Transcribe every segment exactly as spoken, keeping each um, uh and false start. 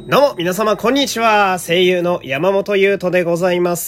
どうも皆様こんにちは。声優の山本優斗でございます。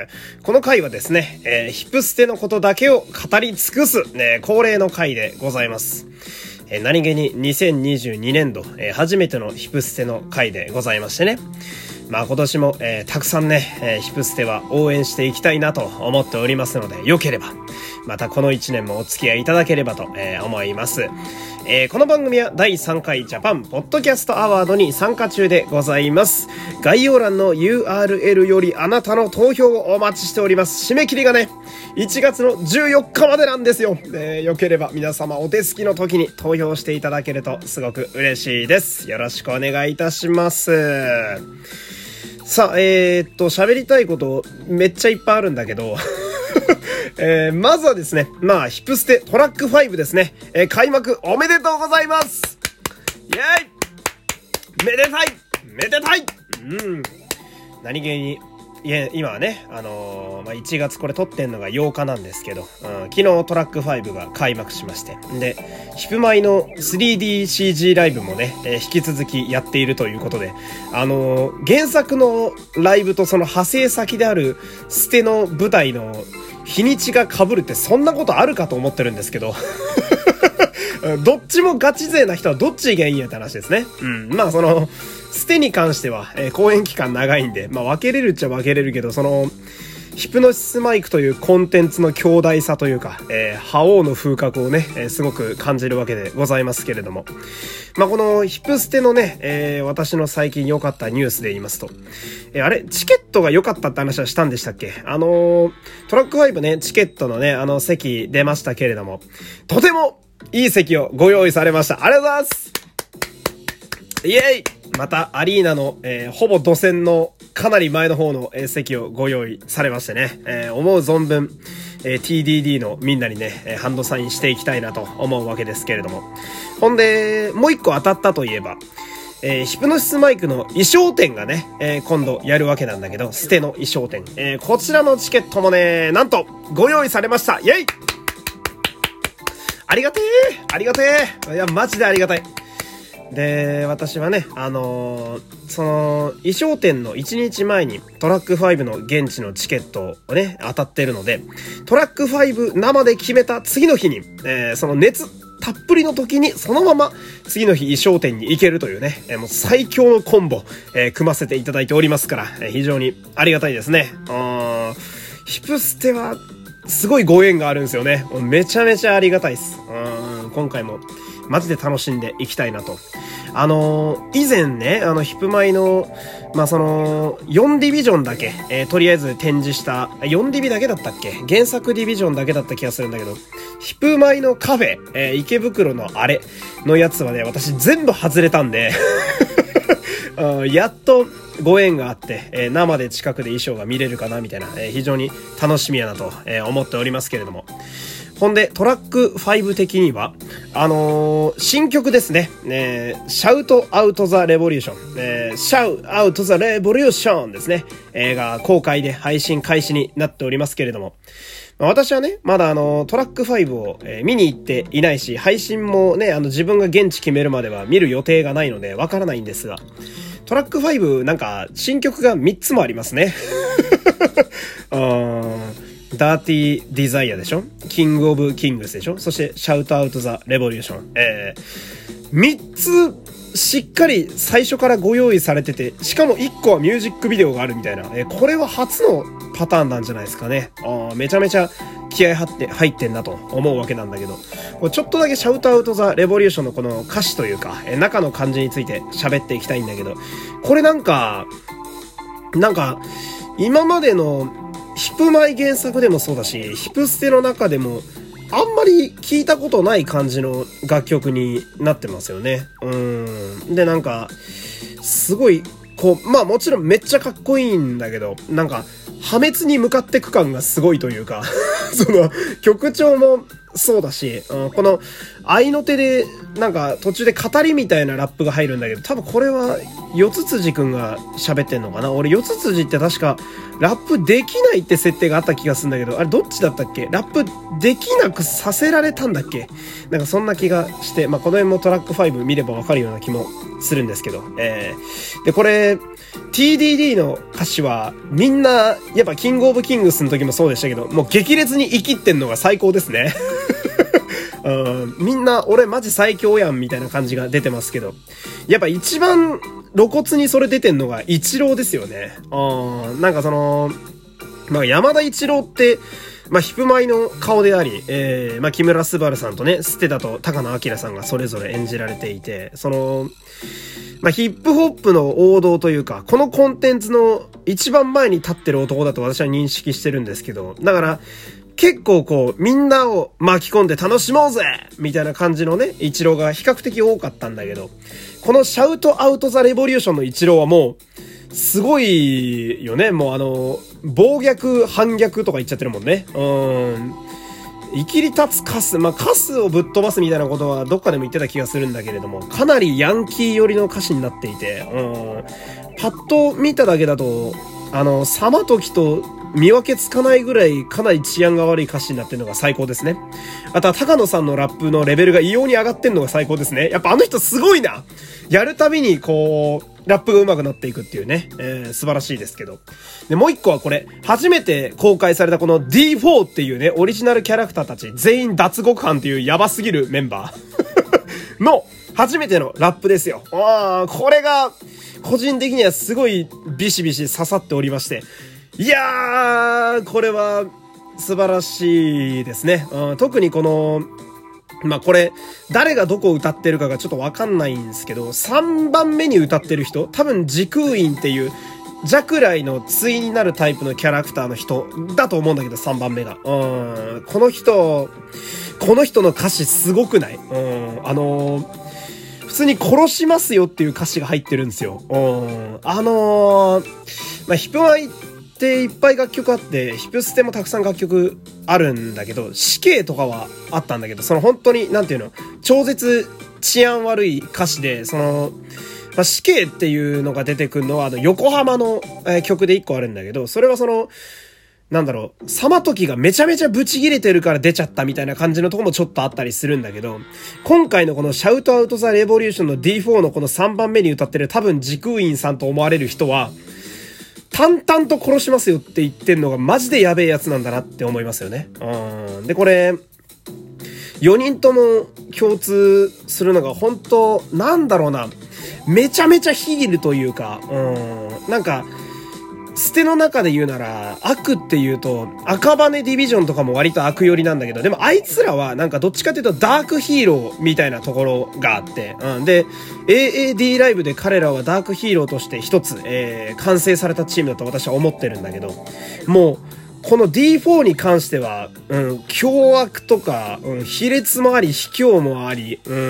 この回はですね、えー、ヒップステのことだけを語り尽くす、ね、恒例の回でございます。えー、何気ににせんにじゅうにねんど、えー、初めてのヒップステの回でございましてね。まあ今年も、えー、たくさんね、えー、ヒプステは応援していきたいなと思っておりますので、よければまたこのいちねんもお付き合いいただければと、えー、思います。えー、この番組はだいさんかいジャパンポッドキャストアワードに参加中でございます。概要欄の ユーアールエル よりあなたの投票をお待ちしております。締め切りがねいちがつのじゅうよっかまでなんですよ。えー、よければ皆様お手すきの時に投票していただけるとすごく嬉しいです。よろしくお願いいたします。さあ、えー、っと、喋りたいことめっちゃいっぱいあるんだけど、えー、まずはですね、まあ、ヒプステトラックファイブですね、えー、開幕おめでとうございます。イェーイめでたいめでたいうん。何気に、いや、今はね、あのー、まあ、いちがつこれ撮ってんのがようかなんですけど、うん、昨日トラックファイブが開幕しまして、で、ヒプマイの スリーディーシージー ライブもね、えー、引き続きやっているということで、あのー、原作のライブとその派生先であるステの舞台の日にちが被るってそんなことあるかと思ってるんですけど、どっちもガチ勢な人はどっちがいいんやって話ですね。うん。まあその、ステに関しては、えー、公演期間長いんで、まあ分けれるっちゃ分けれるけど、その、ヒプノシスマイクというコンテンツの強大さというか、えー、覇王の風格をね、えー、すごく感じるわけでございますけれども。まあこのヒプステのね、えー、私の最近良かったニュースで言いますと、えー、あれ、チケットが良かったって話はしたんでしたっけ？あのー、トラックファイブね、チケットのね、あの席出ましたけれども、とてもいい席をご用意されました。ありがとうございます。イエイまたアリーナの、えー、ほぼ土線のかなり前の方の、えー、席をご用意されましてね、えー、思う存分、えー、ティーディーディー のみんなにね、えー、ハンドサインしていきたいなと思うわけですけれども。ほんで、もう一個当たったといえば、えー、ヒプノシスマイクの衣装展がね、えー、今度やるわけなんだけど、ステの衣装展。えー、こちらのチケットもね、なんとご用意されました。イェイありがてーありがてーいや、マジでありがたい。で、私はね、あのー、その、衣装展のいちにちまえにトラックファイブの現地のチケットをね、当たってるので、トラックファイブ生で決めた次の日に、えー、その熱たっぷりの時にそのまま次の日衣装展に行けるというね、えー、もう最強のコンボ、えー、組ませていただいておりますから、えー、非常にありがたいですね。あー、ヒプステはすごいご縁があるんですよね。めちゃめちゃありがたいです。うん、今回もマジで楽しんでいきたいなと。あのー、以前ね、あの、ヒプマイの、まあ、その、よんディビジョンだけ、えー、とりあえず展示した、よんディビだけだったっけ？原作ディビジョンだけだった気がするんだけど、ヒプマイのカフェ、えー、池袋のあれのやつはね、私全部外れたんで、やっとご縁があって、えー、生で近くで衣装が見れるかなみたいな、えー、非常に楽しみやなと、えー、思っておりますけれども。ほんで、トラックファイブ的には、あのー、新曲ですね。えー、シャウトアウトザレボリューション。えー、シャウアウトザレボリューションですね。映画公開で配信開始になっておりますけれども。私はね、まだあの、トラックファイブを、えー、見に行っていないし、配信もね、あの、自分が現地決めるまでは見る予定がないので、わからないんですが、トラックファイブなんか、新曲がみっつもありますね。うーん。ダーティーディザイアでしょ？キングオブキングスでしょ？そしてシャウトアウトザレボリューション。えー、みっつしっかり最初からご用意されてて、しかもいっこはミュージックビデオがあるみたいな。えー、これは初のパターンなんじゃないですかね。あー、めちゃめちゃ気合入って、入ってんなと思うわけなんだけど、これちょっとだけシャウトアウトザレボリューションのこの歌詞というか、えー、中の感じについて喋っていきたいんだけど、これなんか、なんか、今までのヒプマイ原作でもそうだし、ヒプステの中でもあんまり聞いたことない感じの楽曲になってますよね。うーん。で、なんか、すごい、こう、まあもちろんめっちゃかっこいいんだけど、なんか、破滅に向かってく感がすごいというか、その、曲調もそうだし、うん、この合いの手でなんか途中で語りみたいなラップが入るんだけど、多分これは四つ辻くんが喋ってんのかな。俺四つ辻って確かラップできないって設定があった気がするんだけど、あれどっちだったっけ？ラップできなくさせられたんだっけ？なんかそんな気がして、まあこの辺もトラックファイブ見ればわかるような気もするんですけど、えー、でこれ ティーディーディー の歌詞はみんなやっぱキングオブキングスの時もそうでしたけど、もう激烈に生きってんのが最高ですね。うん、みんな俺マジ最強やんみたいな感じが出てますけど、やっぱ一番露骨にそれ出てんのがイチローですよね。うん、なんかその、まあ、山田一郎って、まあ、ヒップマイの顔であり、えー、まあ、木村昴さんとね、ステダと高野明さんがそれぞれ演じられていて、その、まあ、ヒップホップの王道というか、このコンテンツの一番前に立ってる男だと私は認識してるんですけど、だから、結構こう、みんなを巻き込んで楽しもうぜみたいな感じのね、イチローが比較的多かったんだけど、このシャウトアウトザレボリューションのイチローはもう、すごいよね。もうあの、暴虐、反逆とか言っちゃってるもんね。うーん。生きり立つカス、まあ、カスをぶっ飛ばすみたいなことはどっかでも言ってた気がするんだけれども、かなりヤンキー寄りの歌詞になっていて、うん。パッと見ただけだと、あの、サマトキと見分けつかないぐらいかなり治安が悪い歌詞になってるのが最高ですね。あとは高野さんのラップのレベルが異様に上がってんのが最高ですね。やっぱあの人すごいな。やるたびにこう、ラップが上手くなっていくっていうね、えー、素晴らしいですけど。で、もう一個はこれ、初めて公開されたこの ディーフォー っていうね、オリジナルキャラクターたち、全員脱獄犯っていうヤバすぎるメンバーの初めてのラップですよ。あー、これが、個人的にはすごいビシビシ刺さっておりまして。いやー、これは素晴らしいですね。うん、特にこの、まあ、これ、誰がどこを歌ってるかがちょっとわかんないんですけど、さんばんめに歌ってる人、多分時空院っていう、弱雷の対になるタイプのキャラクターの人だと思うんだけど、さんばんめが。うん、この人、この人の歌詞すごくない？うん、あのー、普通に殺しますよっていう歌詞が入ってるんですよ。うん、あのー、まあ、ヒップマイっていっぱい楽曲あって、ヒプステもたくさん楽曲あるんだけど、死刑とかはあったんだけど、その本当に、なんていうの、超絶治安悪い歌詞で、その、まあ、死刑っていうのが出てくるのは、あの、横浜の、えー、曲で一個あるんだけど、それはその、なんだろう、サマトキがめちゃめちゃブチ切れてるから出ちゃったみたいな感じのとこもちょっとあったりするんだけど、今回のこのシャウトアウトザレボリューションの ディーフォー のこのさんばんめに歌ってる多分時空院さんと思われる人は、淡々と殺しますよって言ってんのがマジでやべえやつなんだなって思いますよね。うん。で、これ、よにんとも共通するのが本当なんだろうな、めちゃめちゃヒールというか、うん、なんか、捨ての中で言うなら、悪って言うと、赤羽ディビジョンとかも割と悪寄りなんだけど、でもあいつらはなんかどっちかっていうとダークヒーローみたいなところがあって、うん、で、エーエーディー ライブで彼らはダークヒーローとして一つ、えー、完成されたチームだと私は思ってるんだけど、もう、この ディーフォー に関しては、うん、凶悪とか、うん、卑劣もあり、卑怯もあり、うん、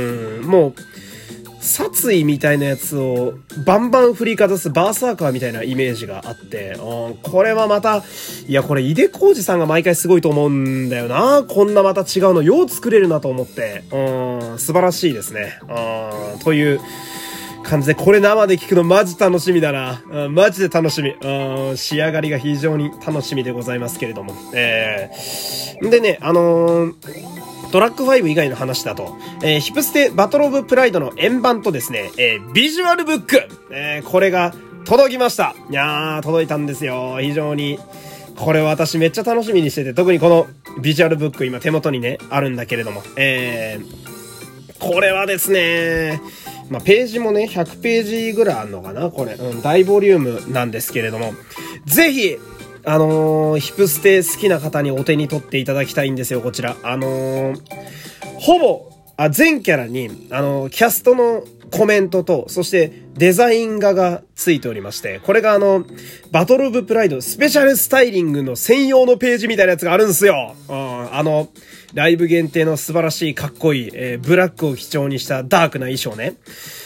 もう、殺意みたいなやつをバンバン振りかざすバーサーカーみたいなイメージがあって、うん、これはまた、いやこれ井出浩二さんが毎回すごいと思うんだよな。こんなまた違うのよう作れるなと思って、うん、素晴らしいですね。うん、という感じで、これ生で聞くのマジ楽しみだな。うん、マジで楽しみ。うん、仕上がりが非常に楽しみでございますけれども。えー、でね、あのー、トラックファイブ以外の話だと、えー、ヒプステバトルオブプライドの円盤とですね、えー、ビジュアルブック、えー、これが届きました。いやー、届いたんですよ。非常に。これ私めっちゃ楽しみにしてて、特にこのビジュアルブック今手元にね、あるんだけれども、えー、これはですね、まあ、ページもね、ひゃくページぐらいあるのかなこれ。うん、大ボリュームなんですけれども、ぜひ、あのー、ヒプステ好きな方にお手に取っていただきたいんですよ、こちら。あのー、ほぼ、あ、全キャラに、あのー、キャストのコメントと、そしてデザイン画がついておりまして、これがあの、バトルオブプライドスペシャルスタイリングの専用のページみたいなやつがあるんですよ。うん、あの、ライブ限定の素晴らしいかっこいい、えー、ブラックを基調にしたダークな衣装ね。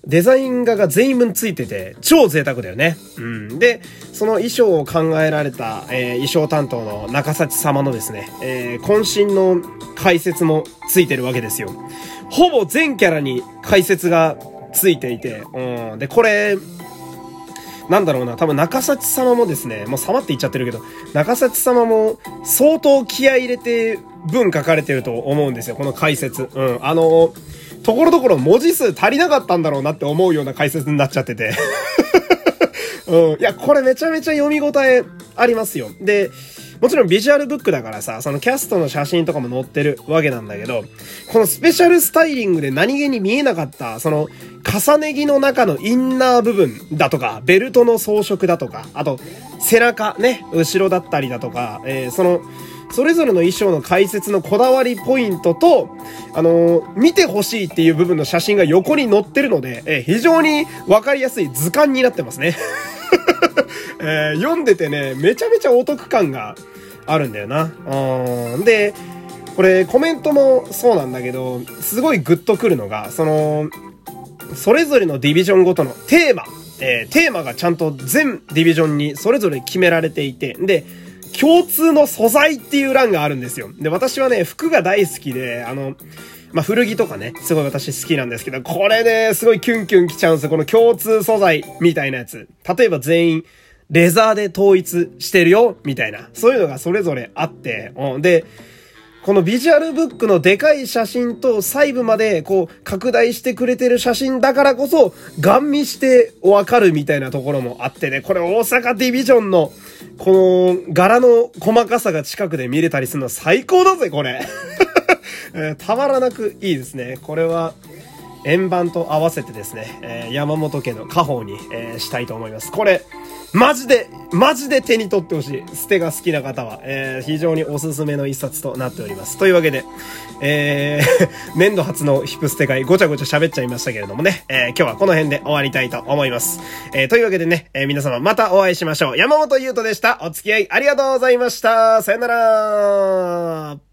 デザイン画が全員分ついてて、超贅沢だよね。うん。で、その衣装を考えられた、えー、衣装担当の中幸様のですね、えー、渾身の解説もついてるわけですよ。ほぼ全キャラに解説がついていて、うん。で、これ、なんだろうな、多分中幸様もですね、もう様って言っちゃってるけど、中幸様も相当気合い入れて文書かれてると思うんですよ、この解説。うん。あの、ところどころ文字数足りなかったんだろうなって思うような解説になっちゃってて。うん。いや、これめちゃめちゃ読み応えありますよ。で、もちろんビジュアルブックだからさ、そのキャストの写真とかも載ってるわけなんだけど、このスペシャルスタイリングで何気に見えなかった、その、重ね着の中のインナー部分だとか、ベルトの装飾だとか、あと、背中ね、後ろだったりだとか、えー、その、それぞれの衣装の解説のこだわりポイントと、あのー、見てほしいっていう部分の写真が横に載ってるので、えー、非常にわかりやすい図鑑になってますね。えー、読んでてね、めちゃめちゃお得感があるんだよな。うん。で、これコメントもそうなんだけど、すごいグッとくるのが、その、それぞれのディビジョンごとのテーマ、えー、テーマがちゃんと全ディビジョンにそれぞれ決められていて、で、共通の素材っていう欄があるんですよ。で、私はね、服が大好きで、あの、まあ、古着とかね、すごい私好きなんですけど、これね、すごいキュンキュンきちゃうんですよ。この共通素材みたいなやつ。例えば全員、レザーで統一してるよみたいな。そういうのがそれぞれあって、うん。で、このビジュアルブックのでかい写真と細部までこう拡大してくれてる写真だからこそガン見してわかるみたいなところもあってね、これ大阪ディビジョンのこの柄の細かさが近くで見れたりするのは最高だぜこれ、えー、たまらなくいいですね。これは円盤と合わせてですね、えー、山本家の家宝に、えー、したいと思います。これマジで、マジで手に取ってほしい。捨てが好きな方は、えー、非常におすすめの一冊となっております。というわけで、えー、年度初のヒップステ会、ごちゃごちゃ喋っちゃいましたけれどもね、えー、今日はこの辺で終わりたいと思います。えー、というわけでね、えー、皆様またお会いしましょう。山本優斗でした。お付き合いありがとうございました。さよなら。